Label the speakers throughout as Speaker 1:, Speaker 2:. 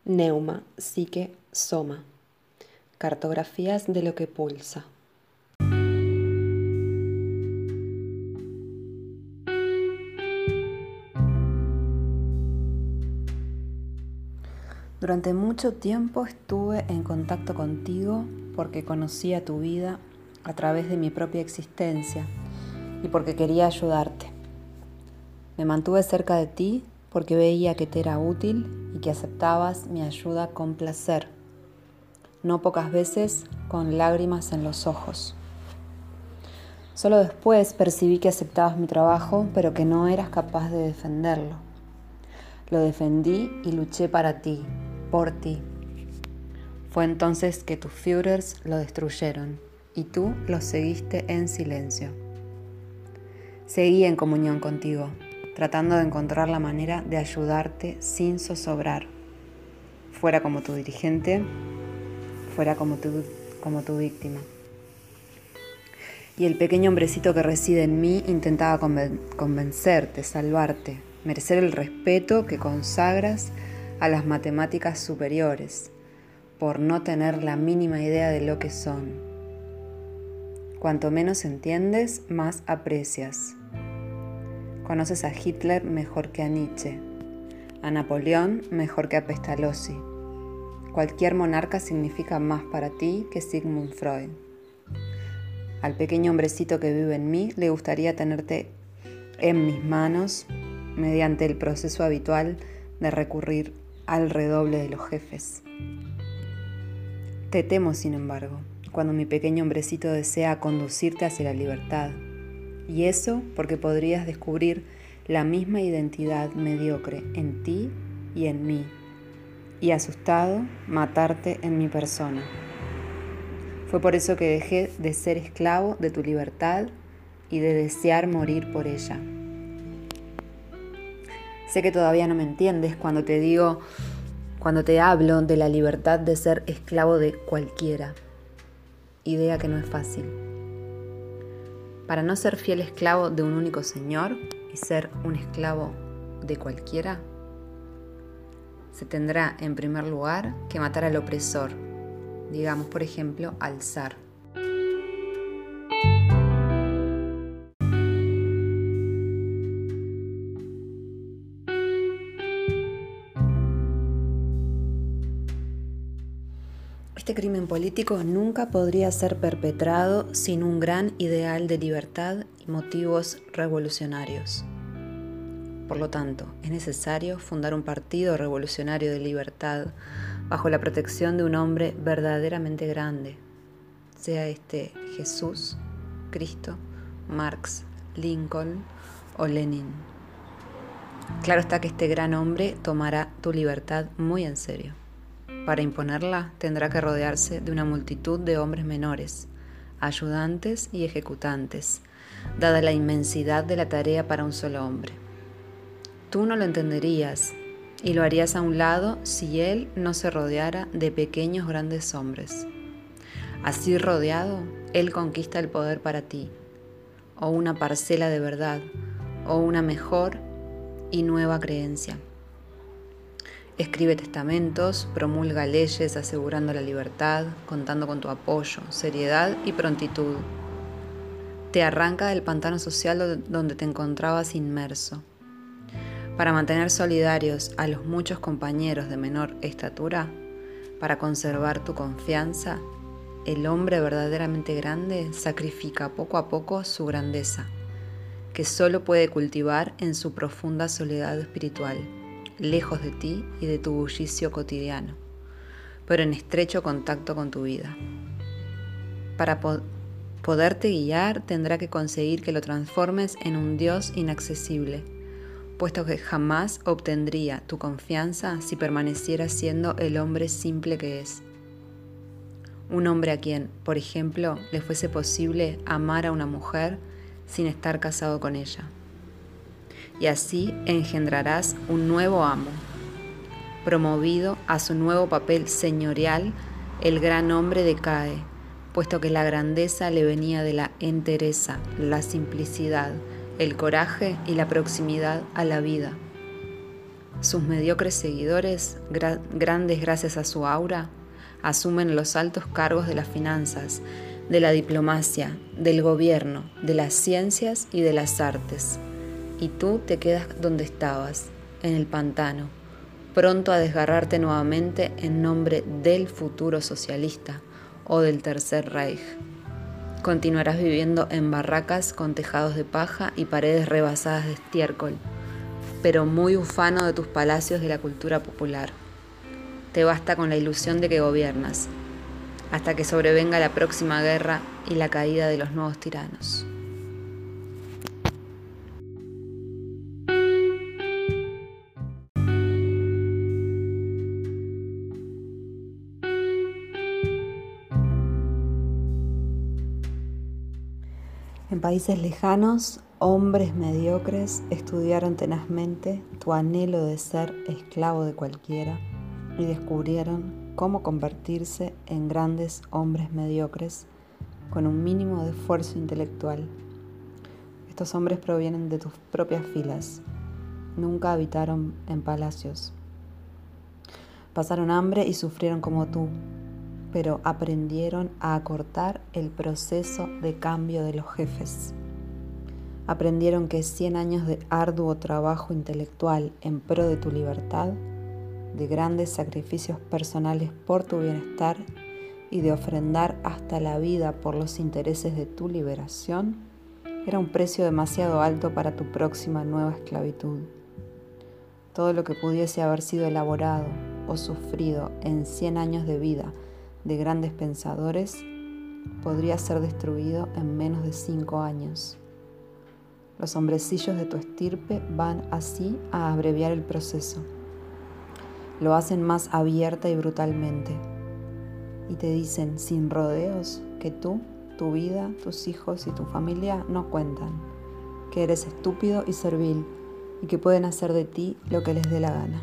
Speaker 1: Neuma, psique, soma. Cartografías de lo que pulsa. Durante mucho tiempo estuve en contacto contigo porque conocía tu vida a través de mi propia existencia y porque quería ayudarte. Me mantuve cerca de ti porque veía que te era útil y que aceptabas mi ayuda con placer, no pocas veces con lágrimas en los ojos. Solo después percibí que aceptabas mi trabajo, pero que no eras capaz de defenderlo. Lo defendí y luché para ti, por ti. Fue entonces que tus Führers lo destruyeron y tú lo seguiste en silencio. Seguí en comunión contigo, tratando de encontrar la manera de ayudarte sin zozobrar. Fuera como tu dirigente, fuera como tu víctima. Y el pequeño hombrecito que reside en mí intentaba convencerte, salvarte, merecer el respeto que consagras a las matemáticas superiores, por no tener la mínima idea de lo que son. Cuanto menos entiendes, más aprecias. Conoces a Hitler mejor que a Nietzsche, a Napoleón mejor que a Pestalozzi. Cualquier monarca significa más para ti que Sigmund Freud. Al pequeño hombrecito que vive en mí le gustaría tenerte en mis manos mediante el proceso habitual de recurrir al redoble de los jefes. Te temo, sin embargo, cuando mi pequeño hombrecito desea conducirte hacia la libertad. Y eso porque podrías descubrir la misma identidad mediocre en ti y en mí. Y asustado, matarte en mi persona. Fue por eso que dejé de ser esclavo de tu libertad y de desear morir por ella. Sé que todavía no me entiendes cuando te hablo de la libertad de ser esclavo de cualquiera. Idea que no es fácil. Para no ser fiel esclavo de un único señor y ser un esclavo de cualquiera, se tendrá en primer lugar que matar al opresor, digamos por ejemplo al zar. Este crimen político nunca podría ser perpetrado sin un gran ideal de libertad y motivos revolucionarios. Por lo tanto, es necesario fundar un partido revolucionario de libertad bajo la protección de un hombre verdaderamente grande, sea este Jesús, Cristo, Marx, Lincoln o Lenin. Claro está que este gran hombre tomará tu libertad muy en serio. Para imponerla tendrá que rodearse de una multitud de hombres menores, ayudantes y ejecutantes, dada la inmensidad de la tarea para un solo hombre. Tú no lo entenderías y lo harías a un lado si él no se rodeara de pequeños grandes hombres. Así rodeado, él conquista el poder para ti, o una parcela de verdad, o una mejor y nueva creencia. Escribe testamentos, promulga leyes asegurando la libertad, contando con tu apoyo, seriedad y prontitud. Te arranca del pantano social donde te encontrabas inmerso. Para mantener solidarios a los muchos compañeros de menor estatura, para conservar tu confianza, el hombre verdaderamente grande sacrifica poco a poco su grandeza, que solo puede cultivar en su profunda soledad espiritual, lejos de ti y de tu bullicio cotidiano, pero en estrecho contacto con tu vida. Para poderte guiar, tendrá que conseguir que lo transformes en un Dios inaccesible, puesto que jamás obtendría tu confianza si permaneciera siendo el hombre simple que es. Un hombre a quien, por ejemplo, le fuese posible amar a una mujer sin estar casado con ella. Y así engendrarás un nuevo amo. Promovido a su nuevo papel señorial, el gran hombre decae, puesto que la grandeza le venía de la entereza, la simplicidad, el coraje y la proximidad a la vida. Sus mediocres seguidores, grandes gracias a su aura, asumen los altos cargos de las finanzas, de la diplomacia, del gobierno, de las ciencias y de las artes. Y tú te quedas donde estabas, en el pantano, pronto a desgarrarte nuevamente en nombre del futuro socialista o del Tercer Reich. Continuarás viviendo en barracas con tejados de paja y paredes rebasadas de estiércol, pero muy ufano de tus palacios de la cultura popular. Te basta con la ilusión de que gobiernas, hasta que sobrevenga la próxima guerra y la caída de los nuevos tiranos. En países lejanos, hombres mediocres estudiaron tenazmente tu anhelo de ser esclavo de cualquiera y descubrieron cómo convertirse en grandes hombres mediocres con un mínimo de esfuerzo intelectual. Estos hombres provienen de tus propias filas. Nunca habitaron en palacios. Pasaron hambre y sufrieron como tú, pero aprendieron a acortar el proceso de cambio de los jefes. Aprendieron que 100 años de arduo trabajo intelectual en pro de tu libertad, de grandes sacrificios personales por tu bienestar y de ofrendar hasta la vida por los intereses de tu liberación, era un precio demasiado alto para tu próxima nueva esclavitud. Todo lo que pudiese haber sido elaborado o sufrido en 100 años de vida de grandes pensadores podría ser destruido en menos de 5 años. Los hombrecillos de tu estirpe van así a abreviar el proceso. Lo hacen más abierta y brutalmente. Y te dicen sin rodeos que tú, tu vida, tus hijos y tu familia no cuentan, que eres estúpido y servil y que pueden hacer de ti lo que les dé la gana.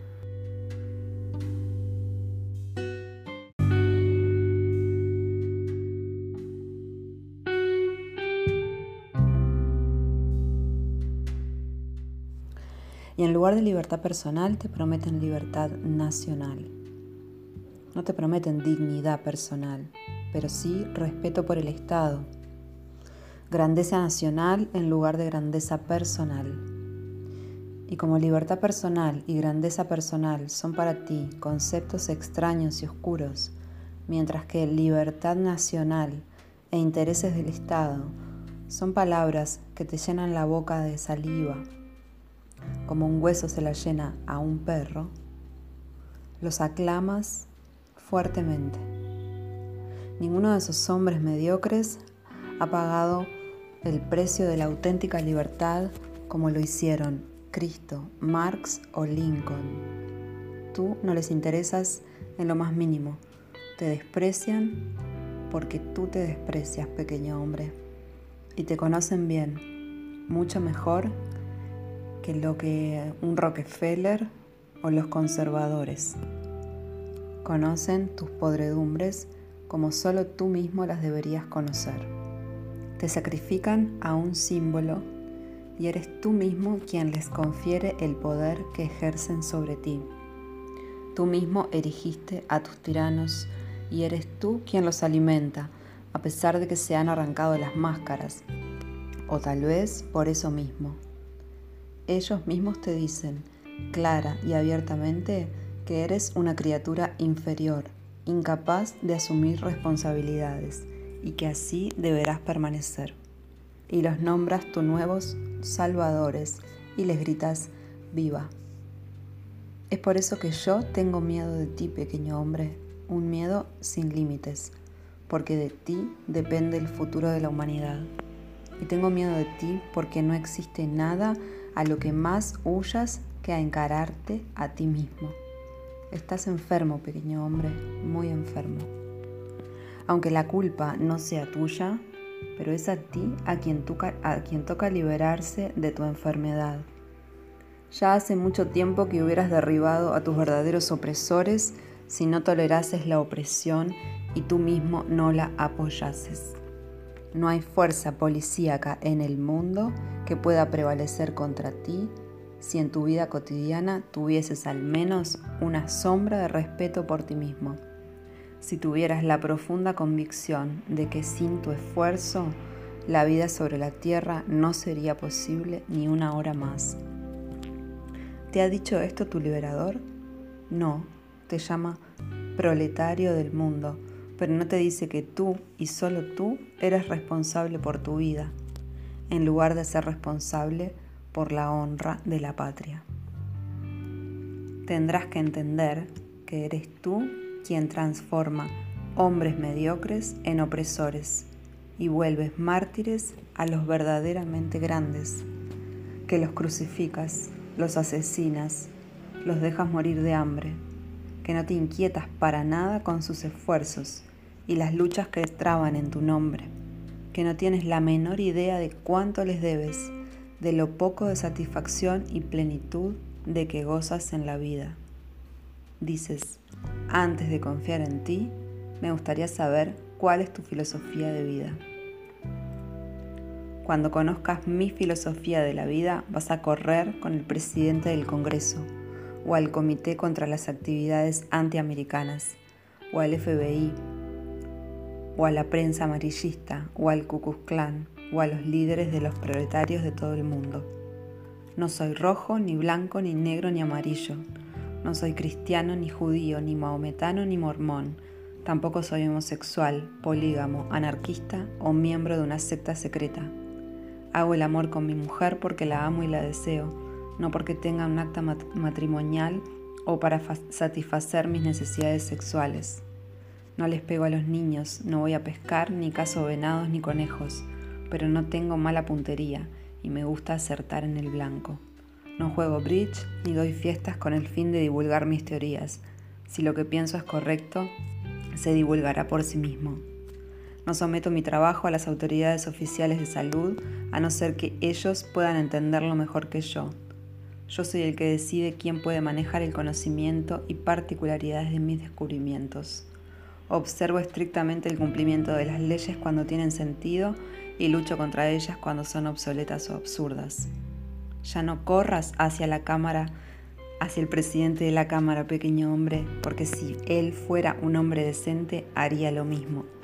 Speaker 1: Y en lugar de libertad personal te prometen libertad nacional. No te prometen dignidad personal, pero sí respeto por el Estado. Grandeza nacional en lugar de grandeza personal. Y como libertad personal y grandeza personal son para ti conceptos extraños y oscuros, mientras que libertad nacional e intereses del Estado son palabras que te llenan la boca de saliva, como un hueso se la llena a un perro, los aclamas fuertemente. Ninguno de esos hombres mediocres ha pagado el precio de la auténtica libertad como lo hicieron Cristo, Marx o Lincoln. Tú no les interesas en lo más mínimo. Te desprecian porque tú te desprecias, pequeño hombre. Y te conocen bien, mucho mejor que lo que un Rockefeller o los conservadores. Conocen tus podredumbres como solo tú mismo las deberías conocer. Te sacrifican a un símbolo y eres tú mismo quien les confiere el poder que ejercen sobre ti. Tú mismo erigiste a tus tiranos y eres tú quien los alimenta, a pesar de que se han arrancado las máscaras, o tal vez por eso mismo. Ellos mismos te dicen, clara y abiertamente, que eres una criatura inferior, incapaz de asumir responsabilidades, y que así deberás permanecer. Y los nombras tus nuevos salvadores y les gritas, viva. Es por eso que yo tengo miedo de ti, pequeño hombre, un miedo sin límites, porque de ti depende el futuro de la humanidad. Y tengo miedo de ti porque no existe nada a lo que más huyas que a encararte a ti mismo. Estás enfermo, pequeño hombre, muy enfermo. Aunque la culpa no sea tuya, pero es a ti a quien toca liberarse de tu enfermedad. Ya hace mucho tiempo que hubieras derribado a tus verdaderos opresores si no tolerases la opresión y tú mismo no la apoyases. No hay fuerza policíaca en el mundo que pueda prevalecer contra ti si en tu vida cotidiana tuvieses al menos una sombra de respeto por ti mismo, si tuvieras la profunda convicción de que sin tu esfuerzo la vida sobre la tierra no sería posible ni una hora más. ¿Te ha dicho esto tu liberador? No, te llama proletario del mundo, pero no te dice que tú y solo tú eres responsable por tu vida, en lugar de ser responsable por la honra de la patria. Tendrás que entender que eres tú quien transforma hombres mediocres en opresores y vuelves mártires a los verdaderamente grandes, que los crucificas, los asesinas, los dejas morir de hambre, que no te inquietas para nada con sus esfuerzos y las luchas que traban en tu nombre, que no tienes la menor idea de cuánto les debes, de lo poco de satisfacción y plenitud de que gozas en la vida. Dices, antes de confiar en ti, me gustaría saber cuál es tu filosofía de vida. Cuando conozcas mi filosofía de la vida, vas a correr con el presidente del Congreso, o al Comité contra las Actividades Antiamericanas, o al FBI, o a la prensa amarillista, o al Ku Klux Klan, o a los líderes de los proletarios de todo el mundo. No soy rojo, ni blanco, ni negro, ni amarillo. No soy cristiano, ni judío, ni maometano, ni mormón. Tampoco soy homosexual, polígamo, anarquista o miembro de una secta secreta. Hago el amor con mi mujer porque la amo y la deseo, no porque tenga un acta matrimonial o para satisfacer mis necesidades sexuales. No les pego a los niños, no voy a pescar, ni cazo venados ni conejos, pero no tengo mala puntería y me gusta acertar en el blanco. No juego bridge ni doy fiestas con el fin de divulgar mis teorías. Si lo que pienso es correcto, se divulgará por sí mismo. No someto mi trabajo a las autoridades oficiales de salud, a no ser que ellos puedan entenderlo mejor que yo. Yo soy el que decide quién puede manejar el conocimiento y particularidades de mis descubrimientos. Observo estrictamente el cumplimiento de las leyes cuando tienen sentido y lucho contra ellas cuando son obsoletas o absurdas. Ya no corras hacia la cámara, hacia el presidente de la cámara, pequeño hombre, porque si él fuera un hombre decente, haría lo mismo.